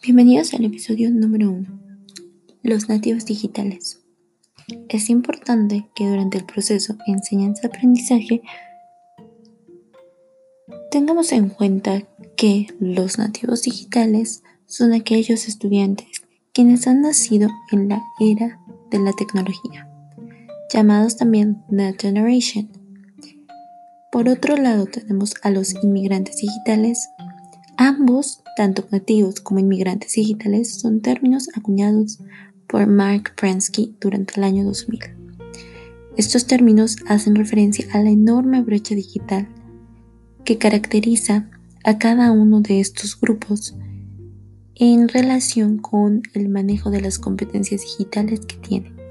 Bienvenidos al episodio número 1, los nativos digitales. Es importante que durante el proceso de enseñanza-aprendizaje tengamos en cuenta que los nativos digitales son aquellos estudiantes quienes han nacido en la era de la tecnología, llamados también Net Generation. Por otro lado tenemos a los inmigrantes digitales. Ambos, tanto nativos como inmigrantes digitales, son términos acuñados por Mark Prensky durante el año 2000. Estos términos hacen referencia a la enorme brecha digital que caracteriza a cada uno de estos grupos en relación con el manejo de las competencias digitales que tienen.